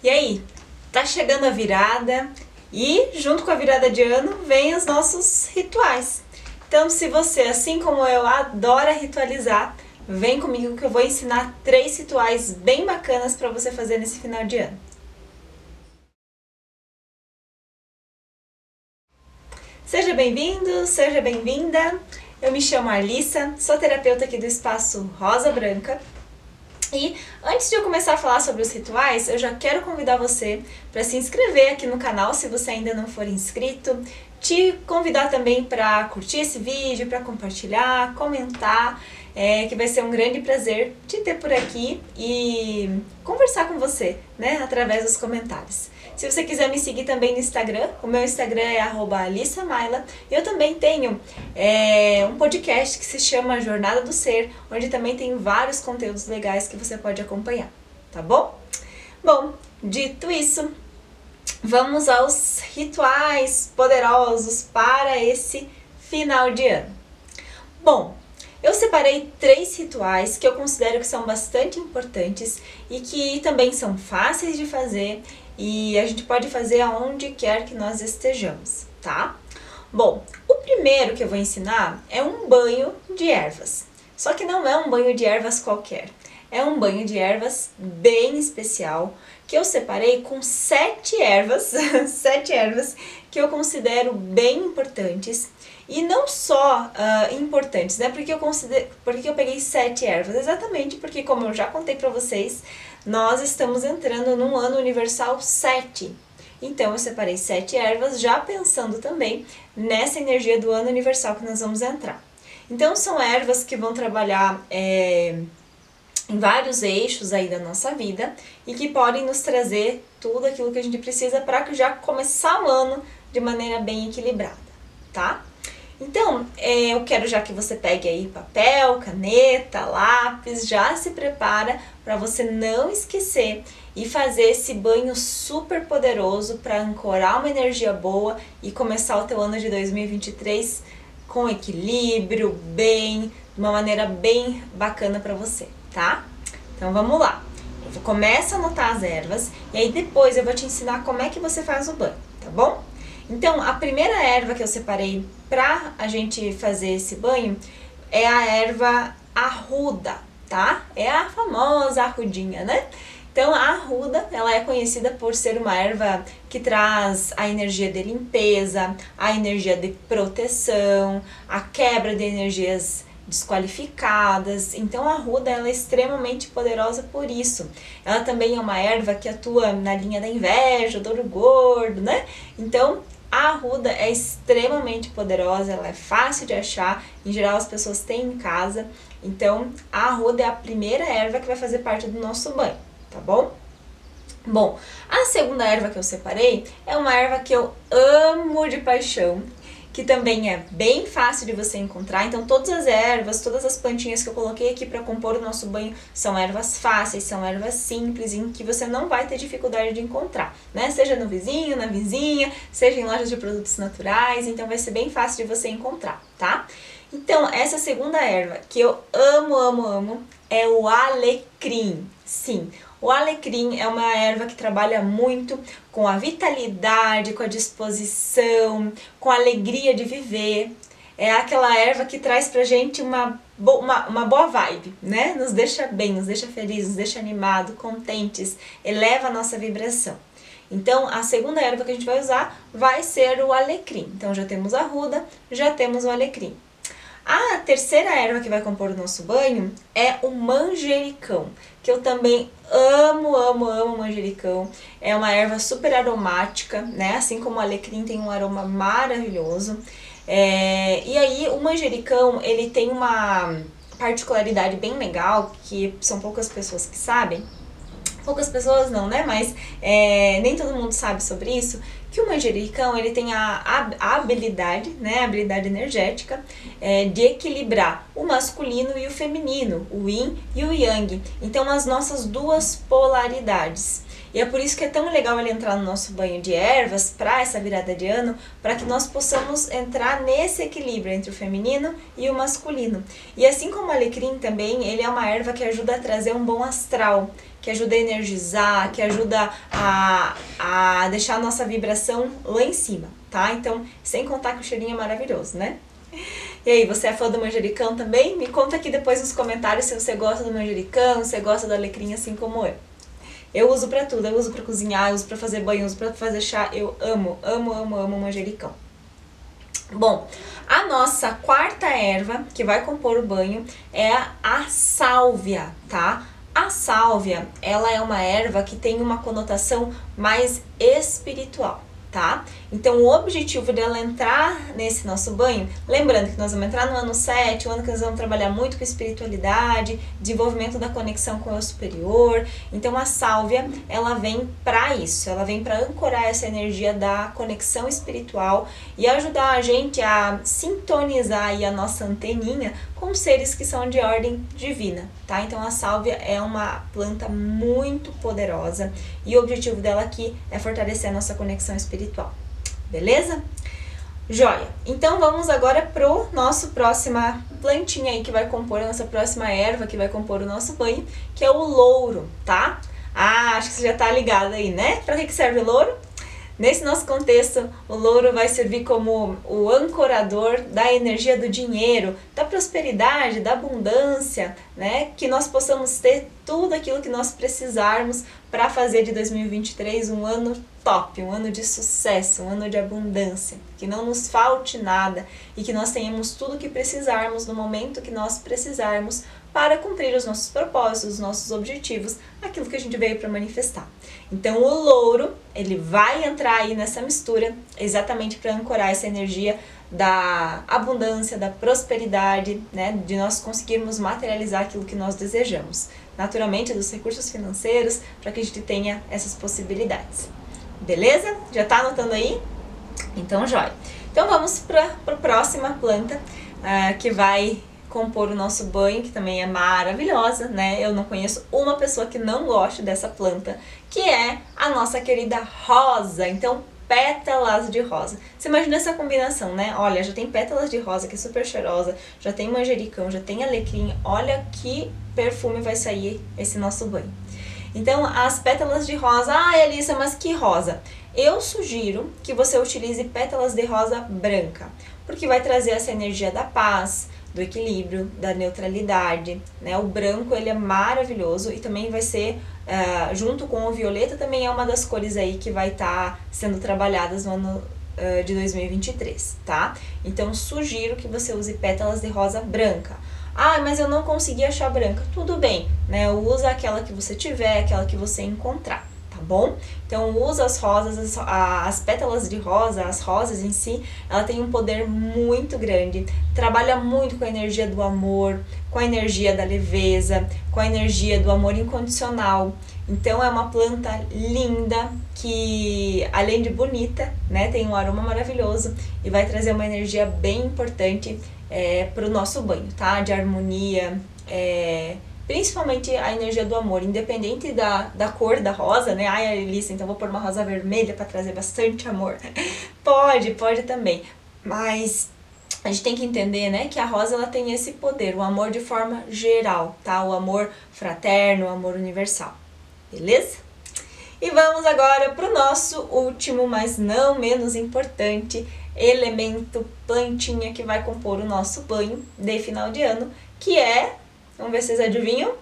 E aí, tá chegando a virada e junto com a virada de ano vem os nossos rituais. Então, se você, assim como eu, adora ritualizar, vem comigo que eu vou ensinar 3 rituais bem bacanas para você fazer nesse final de ano. Seja bem-vindo, seja bem-vinda. Eu me chamo Alissa, sou terapeuta aqui do Espaço Rosa Branca. E antes de eu começar a falar sobre os rituais, eu já quero convidar você para se inscrever aqui no canal se você ainda não for inscrito. Te convidar também para curtir esse vídeo, para compartilhar, comentar, que vai ser um grande prazer te ter por aqui e conversar com você, né, através dos comentários. Se você quiser me seguir também no Instagram, o meu Instagram é @alissamaila. Eu também tenho um podcast que se chama Jornada do Ser, onde também tem vários conteúdos legais que você pode acompanhar, tá bom? Bom, dito isso, vamos aos rituais poderosos para esse final de ano. Bom, eu separei 3 rituais que eu considero que são bastante importantes e que também são fáceis de fazer e a gente pode fazer aonde quer que nós estejamos, tá? Bom, o primeiro que eu vou ensinar é um banho de ervas. Só que não é um banho de ervas qualquer. É um banho de ervas bem especial que eu separei com 7 ervas, 7 ervas que eu considero bem importantes. E não só importantes, né? Porque eu peguei 7 ervas? Exatamente porque, como eu já contei pra vocês, nós estamos entrando num ano universal 7. Então, eu separei 7 ervas já pensando também nessa energia do ano universal que nós vamos entrar. Então, são ervas que vão trabalhar em vários eixos aí da nossa vida e que podem nos trazer tudo aquilo que a gente precisa para já começar o ano de maneira bem equilibrada, tá? Então, eu quero já que você pegue aí papel, caneta, lápis, já se prepara para você não esquecer e fazer esse banho super poderoso para ancorar uma energia boa e começar o teu ano de 2023 com equilíbrio, bem, de uma maneira bem bacana para você, tá? Então vamos lá. Começa a anotar as ervas e aí depois eu vou te ensinar como é que você faz o banho, tá bom? Então, a primeira erva que eu separei pra a gente fazer esse banho é a erva arruda, tá? É a famosa arrudinha, né? Então, a arruda, ela é conhecida por ser uma erva que traz a energia de limpeza, a energia de proteção, a quebra de energias desqualificadas. Então, a arruda, ela é extremamente poderosa por isso. Ela também é uma erva que atua na linha da inveja, do ouro gordo, né? Então, a arruda é extremamente poderosa, ela é fácil de achar, em geral as pessoas têm em casa. Então, a arruda é a primeira erva que vai fazer parte do nosso banho, tá bom? Bom, a segunda erva que eu separei é uma erva que eu amo de paixão, que também é bem fácil de você encontrar. Então, todas as ervas, todas as plantinhas que eu coloquei aqui para compor o nosso banho são ervas fáceis, são ervas simples, em que você não vai ter dificuldade de encontrar, né? Seja no vizinho, na vizinha, seja em lojas de produtos naturais, então vai ser bem fácil de você encontrar, tá? Então, essa segunda erva que eu amo, amo, amo é o alecrim. Sim, o alecrim é uma erva que trabalha muito com a vitalidade, com a disposição, com a alegria de viver. É aquela erva que traz pra gente uma boa vibe, né? Nos deixa bem, nos deixa felizes, nos deixa animados, contentes, eleva a nossa vibração. Então, a segunda erva que a gente vai usar vai ser o alecrim. Então, já temos a arruda, já temos o alecrim. A terceira erva que vai compor o nosso banho é o manjericão, que eu também amo, amo, amo manjericão. É uma erva super aromática, né? Assim como o alecrim tem um aroma maravilhoso. E aí o manjericão, ele tem uma particularidade bem legal, que são poucas pessoas que sabem. Poucas pessoas não, né? Mas nem todo mundo sabe sobre isso, que o manjericão, ele tem a habilidade, né? A habilidade energética de equilibrar o masculino e o feminino, o yin e o yang. Então, as nossas duas polaridades. E é por isso que é tão legal ele entrar no nosso banho de ervas para essa virada de ano, para que nós possamos entrar nesse equilíbrio entre o feminino e o masculino. E assim como o alecrim também, ele é uma erva que ajuda a trazer um bom astral, que ajuda a energizar, que ajuda a deixar a nossa vibração lá em cima, tá? Então, sem contar que o cheirinho é maravilhoso, né? E aí, você é fã do manjericão também? Me conta aqui depois nos comentários se você gosta do manjericão, se você gosta do alecrim assim como eu. Eu uso pra tudo, eu uso pra cozinhar, eu uso pra fazer banho, eu uso pra fazer chá, eu amo manjericão. Bom, a nossa quarta erva que vai compor o banho é a sálvia, tá? A sálvia, ela é uma erva que tem uma conotação mais espiritual, tá? Então, o objetivo dela entrar nesse nosso banho, lembrando que nós vamos entrar no ano 7, o ano que nós vamos trabalhar muito com espiritualidade, desenvolvimento da conexão com o superior. Então, a sálvia, ela vem para isso, ela vem para ancorar essa energia da conexão espiritual e ajudar a gente a sintonizar aí a nossa anteninha com seres que são de ordem divina, tá? Então, a sálvia é uma planta muito poderosa e o objetivo dela aqui é fortalecer a nossa conexão espiritual. Beleza? Joia! Então vamos agora pro nosso próxima plantinha aí que vai compor a nossa próxima erva que vai compor o nosso banho, que é o louro, tá? Ah, acho que você já tá ligado aí, né? Pra que serve o louro? Nesse nosso contexto, o louro vai servir como o ancorador da energia do dinheiro, da prosperidade, da abundância, né? Que nós possamos ter tudo aquilo que nós precisarmos para fazer de 2023 um ano top, um ano de sucesso, um ano de abundância, que não nos falte nada e que nós tenhamos tudo o que precisarmos no momento que nós precisarmos para cumprir os nossos propósitos, os nossos objetivos, aquilo que a gente veio para manifestar. Então o louro, ele vai entrar aí nessa mistura exatamente para ancorar essa energia da abundância, da prosperidade, né, de nós conseguirmos materializar aquilo que nós desejamos. Naturalmente, dos recursos financeiros, para que a gente tenha essas possibilidades. Beleza? Já tá anotando aí? Então, jóia. Então, vamos para a próxima planta que vai compor o nosso banho, que também é maravilhosa, né? Eu não conheço uma pessoa que não goste dessa planta, que é a nossa querida rosa. Então, pétalas de rosa. Você imagina essa combinação, né? Olha, já tem pétalas de rosa, que é super cheirosa, já tem manjericão, já tem alecrim. Olha que perfume vai sair esse nosso banho. Então, as pétalas de rosa... Ah, Elissa, mas que rosa? Eu sugiro que você utilize pétalas de rosa branca, porque vai trazer essa energia da paz, do equilíbrio, da neutralidade, né? O branco, ele é maravilhoso e também vai ser, junto com o violeta, também é uma das cores aí que vai estar sendo trabalhadas no ano de 2023, tá? Então, sugiro que você use pétalas de rosa branca. Ah, mas eu não consegui achar branca. Tudo bem, né? Usa aquela que você tiver, aquela que você encontrar, tá bom? Então, usa as rosas, as pétalas de rosa, as rosas em si, ela tem um poder muito grande, trabalha muito com a energia do amor, com a energia da leveza, com a energia do amor incondicional. Então, é uma planta linda que, além de bonita, né, tem um aroma maravilhoso e vai trazer uma energia bem importante para o nosso banho, tá? De harmonia, principalmente a energia do amor, independente da cor da rosa, né? Ai, Elissa, então vou pôr uma rosa vermelha para trazer bastante amor. Pode também, mas a gente tem que entender, né, que a rosa ela tem esse poder, o amor de forma geral, tá? O amor fraterno, o amor universal, beleza? E vamos agora para o nosso último, mas não menos importante, elemento, plantinha que vai compor o nosso banho de final de ano, que é... Vamos ver se vocês adivinham?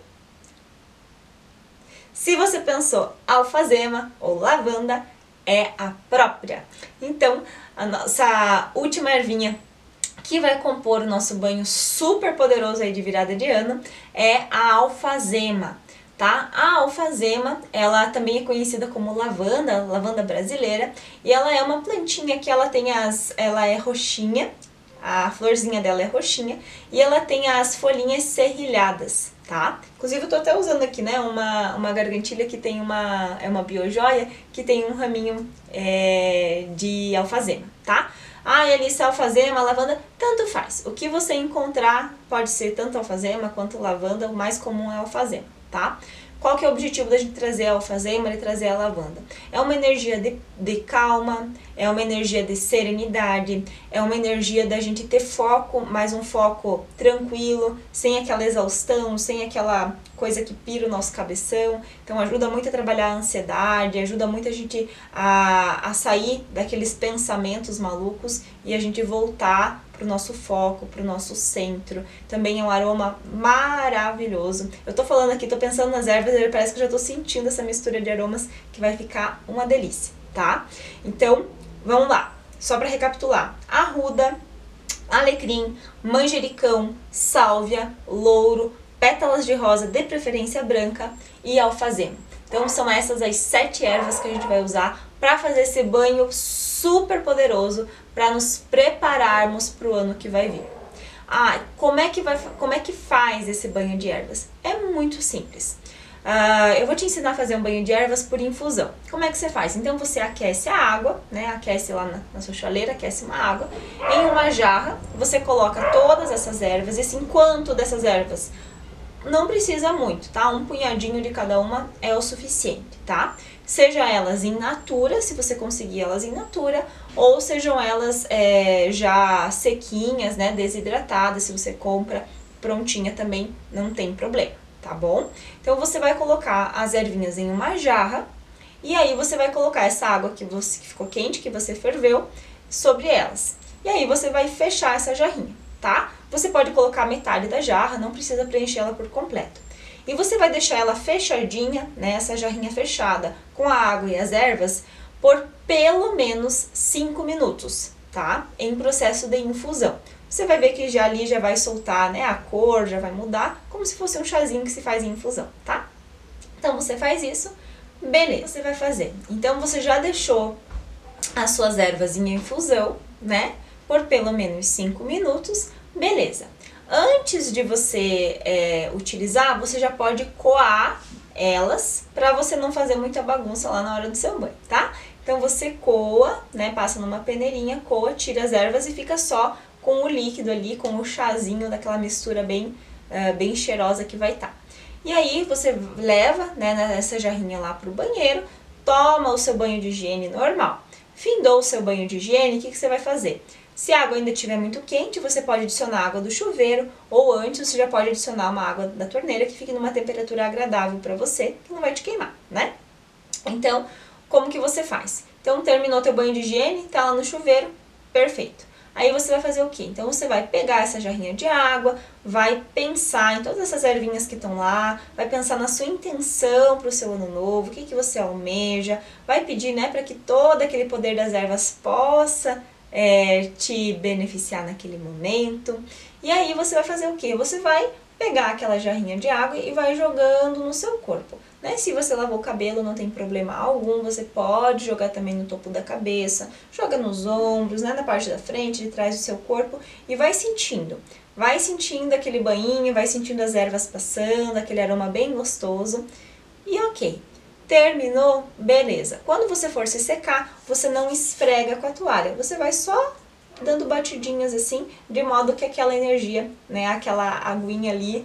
Se você pensou alfazema ou lavanda, é a própria. Então, a nossa última ervinha que vai compor o nosso banho super poderoso aí de virada de ano é a alfazema, tá? A alfazema, ela também é conhecida como lavanda, lavanda brasileira, e ela é uma plantinha que ela é roxinha. A florzinha dela é roxinha e ela tem as folhinhas serrilhadas, tá? Inclusive eu tô até usando aqui, né, uma gargantilha que tem é uma biojoia que tem um raminho de alfazema, tá? Ah, Elissa, alfazema, lavanda, tanto faz. O que você encontrar pode ser tanto alfazema quanto lavanda, o mais comum é alfazema, tá? Qual que é o objetivo da gente trazer a alfazema e trazer a lavanda? É uma energia de calma, é uma energia de serenidade, é uma energia da gente ter foco, mas um foco tranquilo, sem aquela exaustão, sem aquela coisa que pira o nosso cabeção. Então ajuda muito a trabalhar a ansiedade, ajuda muito a gente a sair daqueles pensamentos malucos e a gente voltar pro nosso foco, pro nosso centro. Também é um aroma maravilhoso. Eu tô falando aqui, tô pensando nas ervas e parece que eu já tô sentindo essa mistura de aromas que vai ficar uma delícia, tá? Então, vamos lá. Só para recapitular. Arruda, alecrim, manjericão, sálvia, louro, pétalas de rosa, de preferência branca, e alfazema. Então são essas as 7 ervas que a gente vai usar para fazer esse banho super poderoso para nos prepararmos para o ano que vai vir. Como é que faz esse banho de ervas? É muito simples. Eu vou te ensinar a fazer um banho de ervas por infusão. Como é que você faz? Então você aquece a água, né? Aquece lá na sua chaleira, aquece uma água. Em uma jarra, você coloca todas essas ervas. E assim, quanto dessas ervas? Não precisa muito, tá? Um punhadinho de cada uma é o suficiente, tá? Seja elas in natura, se você conseguir elas in natura, ou sejam elas já sequinhas, né? Desidratadas, se você compra prontinha também não tem problema, tá bom? Então você vai colocar as ervinhas em uma jarra e aí você vai colocar essa água que ficou quente, que você ferveu, sobre elas. E aí você vai fechar essa jarrinha, tá? Você pode colocar metade da jarra, não precisa preencher ela por completo. E você vai deixar ela fechadinha, né, essa jarrinha fechada, com a água e as ervas, por pelo menos 5 minutos, tá? Em processo de infusão. Você vai ver que ali já vai soltar, né, a cor já vai mudar, como se fosse um chazinho que se faz em infusão, tá? Então você faz isso, beleza, você vai fazer. Então você já deixou as suas ervas em infusão, né, por pelo menos 5 minutos, beleza. Antes de você utilizar, você já pode coar elas, para você não fazer muita bagunça lá na hora do seu banho, tá? Então você coa, né, passa numa peneirinha, coa, tira as ervas e fica só com o líquido ali, com o chazinho daquela mistura bem cheirosa que vai estar. E aí você leva, né, essa jarrinha lá pro banheiro, toma o seu banho de higiene normal. Findou o seu banho de higiene, o que você vai fazer? Se a água ainda estiver muito quente, você pode adicionar água do chuveiro, ou antes você já pode adicionar uma água da torneira que fique numa temperatura agradável para você, que não vai te queimar, né? Então, como que você faz? Então, terminou teu banho de higiene, tá lá no chuveiro, perfeito. Aí você vai fazer o quê? Então você vai pegar essa jarrinha de água, vai pensar em todas essas ervinhas que estão lá, vai pensar na sua intenção para o seu ano novo, o que você almeja, vai pedir, né, para que todo aquele poder das ervas possa te beneficiar naquele momento. E aí você vai fazer o quê? Você vai pegar aquela jarrinha de água e vai jogando no seu corpo, né? Se você lavou o cabelo, não tem problema algum, você pode jogar também no topo da cabeça, joga nos ombros, né, na parte da frente, de trás do seu corpo e vai sentindo aquele banhinho, vai sentindo as ervas passando, aquele aroma bem gostoso e ok. Terminou? Beleza. Quando você for se secar, você não esfrega com a toalha, você vai só dando batidinhas assim, de modo que aquela energia, né, aquela aguinha ali,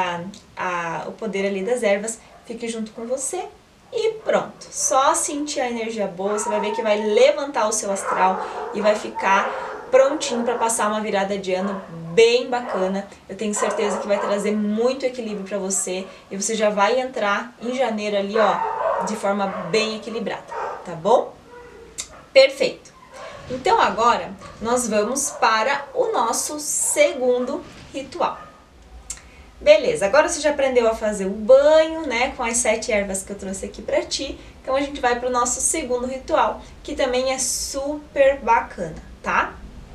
o poder ali das ervas fique junto com você e pronto. Só sentir a energia boa, você vai ver que vai levantar o seu astral e vai ficar prontinho para passar uma virada de ano bem bacana. Eu tenho certeza que vai trazer muito equilíbrio para você e você já vai entrar em janeiro ali, ó, de forma bem equilibrada, tá bom? Perfeito. Então agora nós vamos para o nosso segundo ritual. Beleza, agora você já aprendeu a fazer o banho, né, com as 7 ervas que eu trouxe aqui pra ti. Então a gente vai pro nosso segundo ritual, que também é super bacana, tá?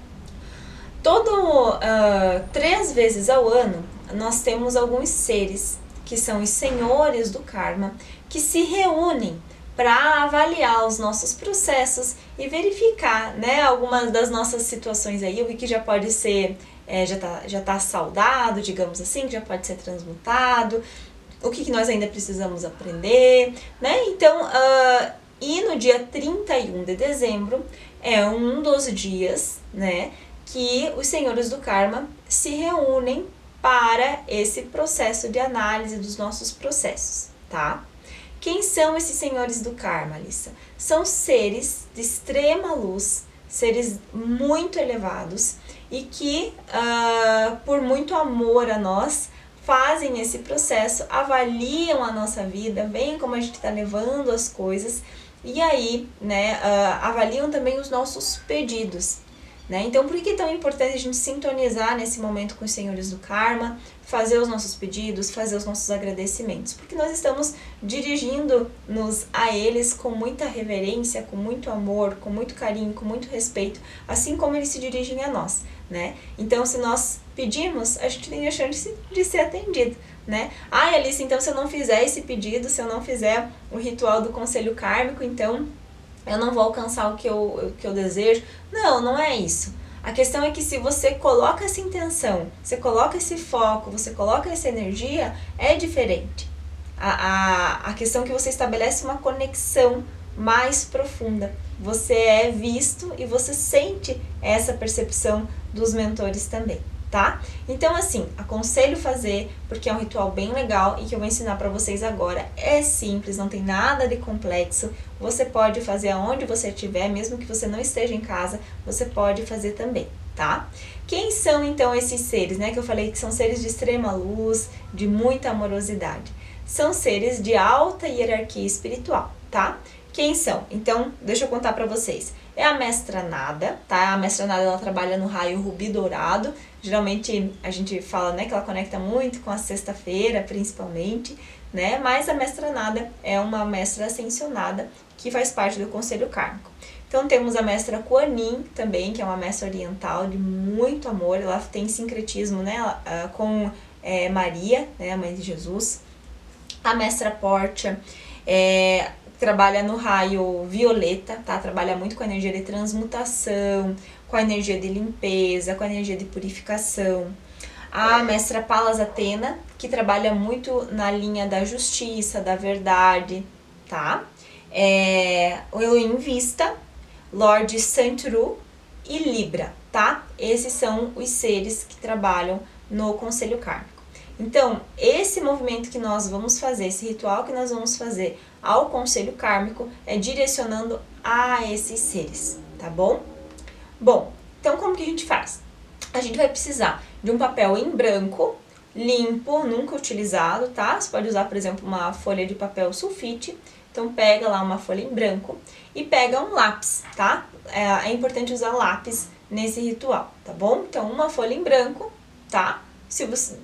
3 vezes ao ano, nós temos alguns seres, que são os senhores do karma, que se reúnem para avaliar os nossos processos e verificar, né, algumas das nossas situações aí, o que já pode ser, já tá saldado, digamos assim, que já pode ser transmutado, o que nós ainda precisamos aprender, né? Então, e no dia 31 de dezembro é um dos dias, né, que os senhores do karma se reúnem para esse processo de análise dos nossos processos, tá? Quem são esses senhores do karma, Alissa? São seres de extrema luz, seres muito elevados e que, por muito amor a nós, fazem esse processo, avaliam a nossa vida, veem como a gente está levando as coisas e aí, né, avaliam também os nossos pedidos. Né? Então, por que é tão importante a gente sintonizar nesse momento com os senhores do karma, fazer os nossos pedidos, fazer os nossos agradecimentos? Porque nós estamos dirigindo-nos a eles com muita reverência, com muito amor, com muito carinho, com muito respeito, assim como eles se dirigem a nós, né? Então, se nós pedimos, a gente tem a chance de ser atendido, né? Ah, Alice, então se eu não fizer esse pedido, se eu não fizer o ritual do conselho kármico, então eu não vou alcançar o que eu desejo. Não é isso. A questão é que se você coloca essa intenção, você coloca esse foco, você coloca essa energia, é diferente. A questão é que você estabelece uma conexão mais profunda. Você é visto e você sente essa percepção dos mentores também, tá? Então, assim, aconselho fazer, porque é um ritual bem legal e que eu vou ensinar pra vocês agora. É simples, não tem nada de complexo. Você pode fazer aonde você estiver, mesmo que você não esteja em casa, você pode fazer também, tá? Quem são, então, esses seres, né? Que eu falei que são seres de extrema luz, de muita amorosidade. São seres de alta hierarquia espiritual, tá? Quem são? Então, deixa eu contar pra vocês. É a Mestra Nada, tá? A Mestra Nada, ela trabalha no raio rubi dourado. Geralmente, a gente fala, né, que ela conecta muito com a sexta-feira, principalmente, né? Mas a Mestra Nada é uma mestra ascensionada que faz parte do Conselho Kármico. Então, temos a Mestra Kuan Yin também, que é uma mestra oriental de muito amor. Ela tem sincretismo, né, com Maria, né, a mãe de Jesus. A Mestra Portia trabalha no raio violeta, tá? Trabalha muito com a energia de transmutação, com a energia de limpeza, com a energia de purificação. A Mestra Palas Athena, que trabalha muito na linha da justiça, da verdade, tá? O Elohim Vista, Lorde Santru e Libra, tá? Esses são os seres que trabalham no Conselho Kármico. Então, esse movimento que nós vamos fazer, esse ritual que nós vamos fazer ao Conselho Kármico é direcionando a esses seres, tá bom? Bom, então como que a gente faz? A gente vai precisar de um papel em branco, limpo, nunca utilizado, tá? Você pode usar, por exemplo, uma folha de papel sulfite. Então, pega lá uma folha em branco e pega um lápis, tá? É importante usar lápis nesse ritual, tá bom? Então, uma folha em branco, tá? Se você,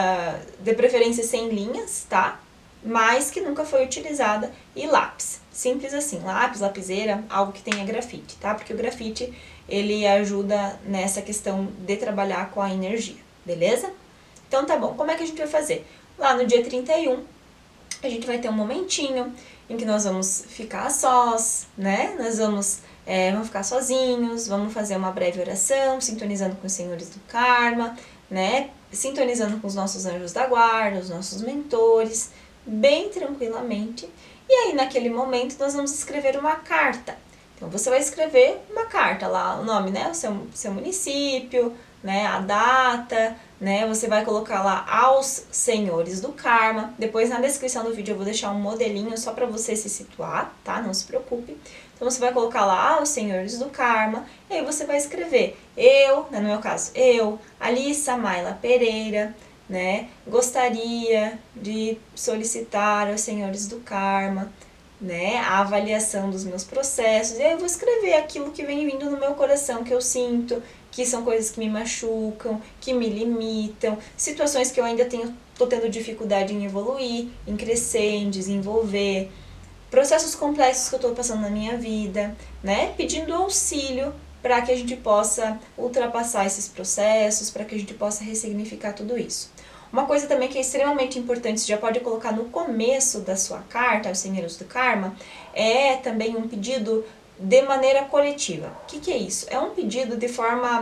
de preferência sem linhas, tá? Mas que nunca foi utilizada, e lápis. Simples assim, lápis, lapiseira, algo que tenha grafite, tá? Porque o grafite, ele ajuda nessa questão de trabalhar com a energia, beleza? Então tá bom, como é que a gente vai fazer? Lá no dia 31, a gente vai ter um momentinho em que nós vamos ficar a sós, né? Nós vamos ficar sozinhos, vamos fazer uma breve oração, sintonizando com os senhores do karma, né? Sintonizando com os nossos anjos da guarda, os nossos mentores, bem tranquilamente. E aí, naquele momento, nós vamos escrever uma carta. Então, você vai escrever uma carta lá, o nome, né? O seu município, né? A data, né? Você vai colocar lá aos senhores do karma. Depois, na descrição do vídeo, eu vou deixar um modelinho só para você se situar, tá? Não se preocupe. Então, você vai colocar lá aos senhores do karma. E aí, você vai escrever no meu caso, Alissa Maila Pereira, né? Gostaria de solicitar aos senhores do karma, né, a avaliação dos meus processos. E aí eu vou escrever aquilo que vem vindo no meu coração, que eu sinto, que são coisas que me machucam, que me limitam, situações que eu ainda tô tendo dificuldade em evoluir, em crescer, em desenvolver, processos complexos que eu tô passando na minha vida, né, pedindo auxílio para que a gente possa ultrapassar esses processos, para que a gente possa ressignificar tudo isso. Uma coisa também que é extremamente importante, você já pode colocar no começo da sua carta aos senhores do karma, é também um pedido de maneira coletiva. O que é isso? É um pedido de forma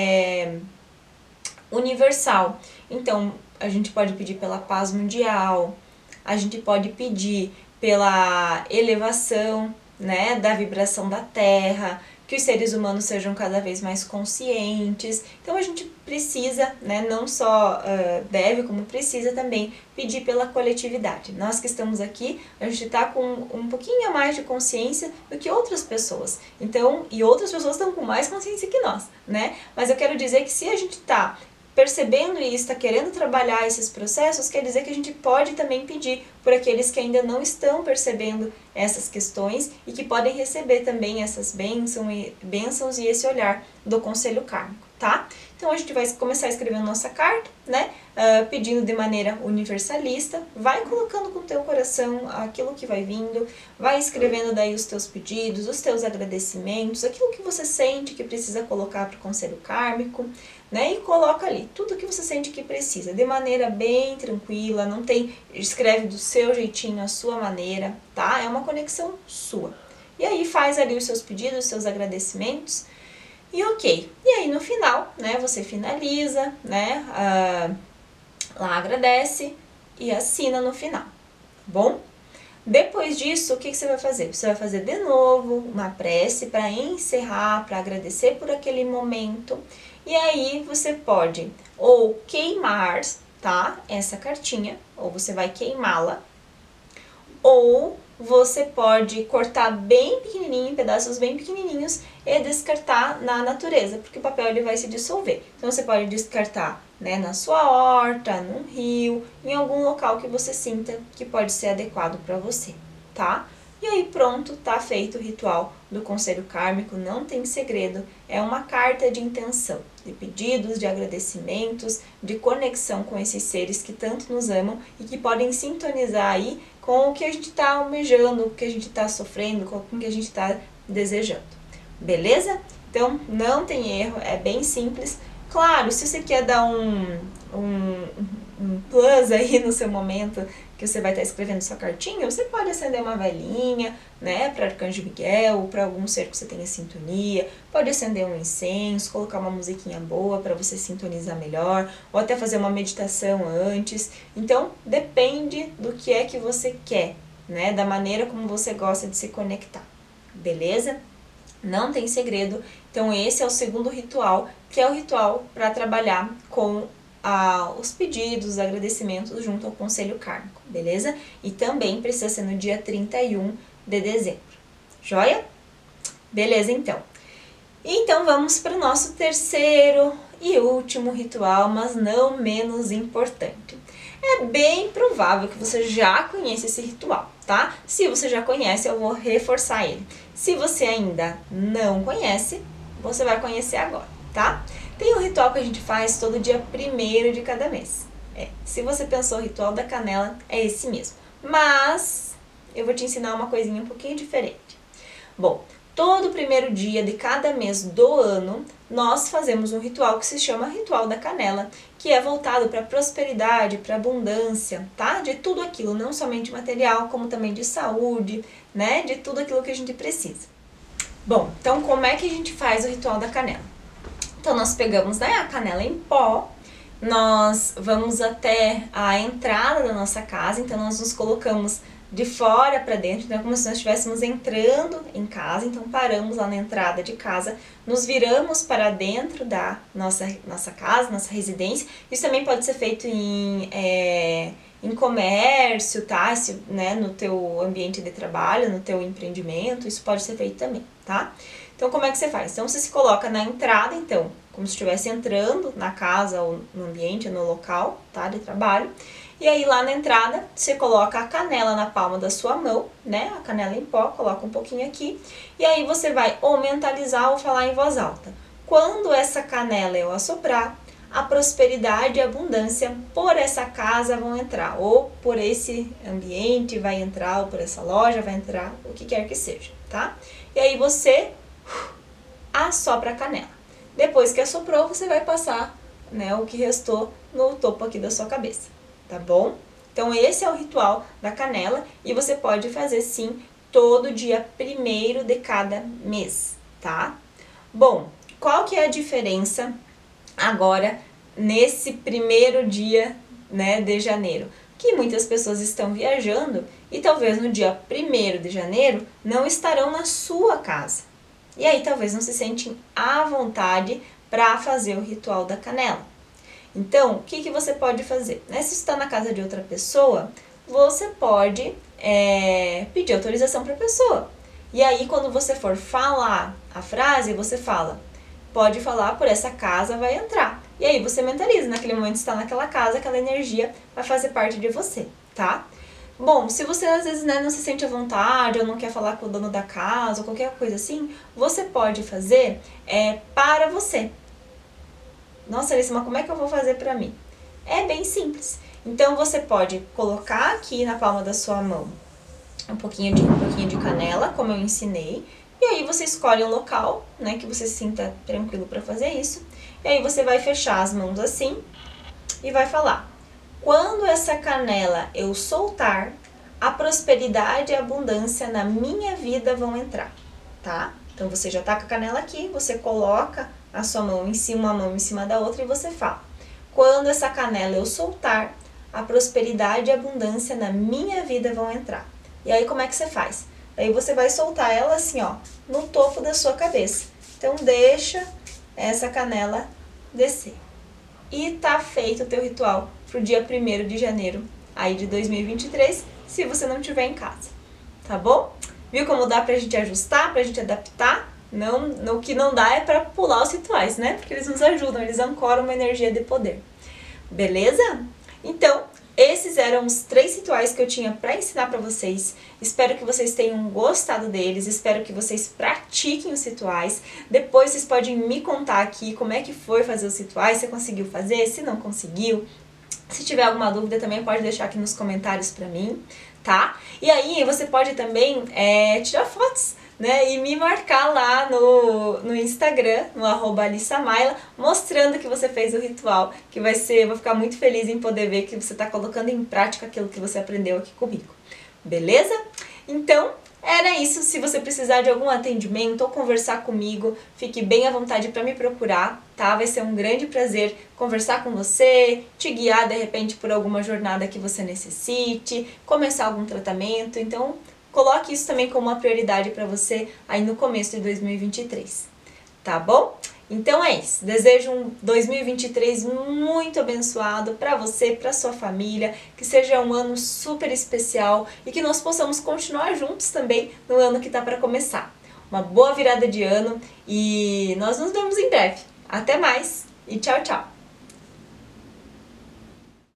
universal. Então, a gente pode pedir pela paz mundial, a gente pode pedir pela elevação, né, da vibração da Terra, que os seres humanos sejam cada vez mais conscientes. Então a gente precisa, né, não só deve, como precisa também pedir pela coletividade. Nós que estamos aqui, a gente está com um pouquinho a mais de consciência do que outras pessoas. Então, e outras pessoas estão com mais consciência que nós, né? Mas eu quero dizer que se a gente está percebendo isso, está querendo trabalhar esses processos, quer dizer que a gente pode também pedir por aqueles que ainda não estão percebendo essas questões e que podem receber também essas bênçãos e esse olhar do conselho kármico, tá? Então a gente vai começar escrevendo nossa carta, né? Pedindo de maneira universalista, vai colocando com o teu coração aquilo que vai vindo, vai escrevendo daí os teus pedidos, os teus agradecimentos, aquilo que você sente que precisa colocar para o conselho kármico, né? E coloca ali tudo que você sente que precisa, de maneira bem tranquila, não tem, escreve do seu jeitinho, a sua maneira, tá? É uma conexão sua. E aí faz ali os seus pedidos, os seus agradecimentos, e ok. E aí no final, né, você finaliza, né, lá agradece e assina no final, tá bom? Depois disso, o que você vai fazer? Você vai fazer de novo uma prece para encerrar, para agradecer por aquele momento. E aí você pode ou queimar, tá, essa cartinha, ou você vai queimá-la, ou você pode cortar bem pequenininho, em pedaços bem pequenininhos e descartar na natureza, porque o papel ele vai se dissolver. Então você pode descartar, né, na sua horta, num rio, em algum local que você sinta que pode ser adequado para você, tá? E aí pronto, tá feito o ritual do conselho kármico, não tem segredo, é uma carta de intenção, de pedidos, de agradecimentos, de conexão com esses seres que tanto nos amam e que podem sintonizar aí com o que a gente está almejando, o que a gente está sofrendo, com o que a gente está desejando. Beleza? Então não tem erro, é bem simples. Claro, se você quer dar um plus aí no seu momento que você vai estar escrevendo sua cartinha, você pode acender uma velinha, né, para Arcanjo Miguel, para algum ser que você tenha sintonia, pode acender um incenso, colocar uma musiquinha boa para você sintonizar melhor, ou até fazer uma meditação antes. Então, depende do que é que você quer, né, da maneira como você gosta de se conectar, beleza? Não tem segredo. Então, esse é o segundo ritual, que é o ritual para trabalhar com os pedidos, os agradecimentos junto ao conselho kármico, beleza? E também precisa ser no dia 31 de dezembro, joia? Beleza, então. Então vamos para o nosso terceiro e último ritual, mas não menos importante. É bem provável que você já conheça esse ritual, tá? Se você já conhece, eu vou reforçar ele. Se você ainda não conhece, você vai conhecer agora, tá? Tem um ritual que a gente faz todo dia 1º de cada mês. Se você pensou o ritual da canela, é esse mesmo. Mas eu vou te ensinar uma coisinha um pouquinho diferente. Bom, todo primeiro dia de cada mês do ano, nós fazemos um ritual que se chama Ritual da Canela, que é voltado para prosperidade, para abundância, tá? De tudo aquilo, não somente material, como também de saúde, né? De tudo aquilo que a gente precisa. Bom, então como é que a gente faz o Ritual da Canela? Então, nós pegamos, né, a canela em pó, nós vamos até a entrada da nossa casa, então nós nos colocamos de fora para dentro, então é como se nós estivéssemos entrando em casa, então paramos lá na entrada de casa, nos viramos para dentro da nossa casa, nossa residência. Isso também pode ser feito em comércio, tá? Né, no teu ambiente de trabalho, no teu empreendimento, isso pode ser feito também, tá? Então, como é que você faz? Então, você se coloca na entrada, então, como se estivesse entrando na casa ou no ambiente, no local, tá, de trabalho. E aí, lá na entrada, você coloca a canela na palma da sua mão, né, a canela em pó, coloca um pouquinho aqui. E aí, você vai ou mentalizar ou falar em voz alta. Quando essa canela eu assoprar, a prosperidade e a abundância por essa casa vão entrar, ou por esse ambiente vai entrar, ou por essa loja vai entrar, o que quer que seja, tá? E aí, você assopra a canela. Depois que assoprou, você vai passar, né, o que restou no topo aqui da sua cabeça, tá bom? Então esse é o ritual da canela e você pode fazer sim todo dia 1º de cada mês, tá? Bom, qual que é a diferença agora nesse primeiro dia, né, de janeiro? Que muitas pessoas estão viajando e talvez no dia 1º de janeiro não estarão na sua casa. E aí talvez não se sentem à vontade para fazer o ritual da canela. Então, o que você pode fazer? Se você está na casa de outra pessoa, você pode pedir autorização para a pessoa. E aí, quando você for falar a frase, você fala, pode falar, por essa casa vai entrar. E aí você mentaliza, naquele momento você está naquela casa, aquela energia vai fazer parte de você, tá? Bom, se você às vezes, né, não se sente à vontade ou não quer falar com o dono da casa ou qualquer coisa assim, você pode fazer para você. Nossa, Alissa, mas como é que eu vou fazer para mim? É bem simples. Então você pode colocar aqui na palma da sua mão um pouquinho de canela, como eu ensinei, e aí você escolhe um local, né, que você se sinta tranquilo para fazer isso. E aí você vai fechar as mãos assim e vai falar: quando essa canela eu soltar, a prosperidade e a abundância na minha vida vão entrar, tá? Então você já tá com a canela aqui, você coloca a sua mão em cima, uma mão em cima da outra e você fala: quando essa canela eu soltar, a prosperidade e a abundância na minha vida vão entrar. E aí como é que você faz? Aí você vai soltar ela assim, ó, no topo da sua cabeça. Então deixa essa canela descer. E tá feito o teu ritual pro dia 1º de janeiro aí de 2023, se você não estiver em casa, tá bom? Viu como dá pra gente ajustar, pra gente adaptar? Não, o que não dá é pra pular os rituais, né? Porque eles nos ajudam, eles ancoram uma energia de poder. Beleza? Então, esses eram os 3 rituais que eu tinha para ensinar para vocês. Espero que vocês tenham gostado deles, espero que vocês pratiquem os rituais. Depois vocês podem me contar aqui como é que foi fazer os rituais, se conseguiu fazer, se não conseguiu. Se tiver alguma dúvida também pode deixar aqui nos comentários para mim, tá? E aí você pode também tirar fotos, né, e me marcar lá no Instagram, no @AlissaMaila, mostrando que você fez o ritual, que eu vou ficar muito feliz em poder ver que você está colocando em prática aquilo que você aprendeu aqui comigo. Beleza? Então, era isso. Se você precisar de algum atendimento ou conversar comigo, fique bem à vontade para me procurar, tá? Vai ser um grande prazer conversar com você, te guiar de repente por alguma jornada que você necessite, começar algum tratamento. Então, coloque isso também como uma prioridade para você aí no começo de 2023, tá bom? Então é isso, desejo um 2023 muito abençoado para você, para sua família, que seja um ano super especial e que nós possamos continuar juntos também no ano que está para começar. Uma boa virada de ano e nós nos vemos em breve. Até mais e tchau, tchau!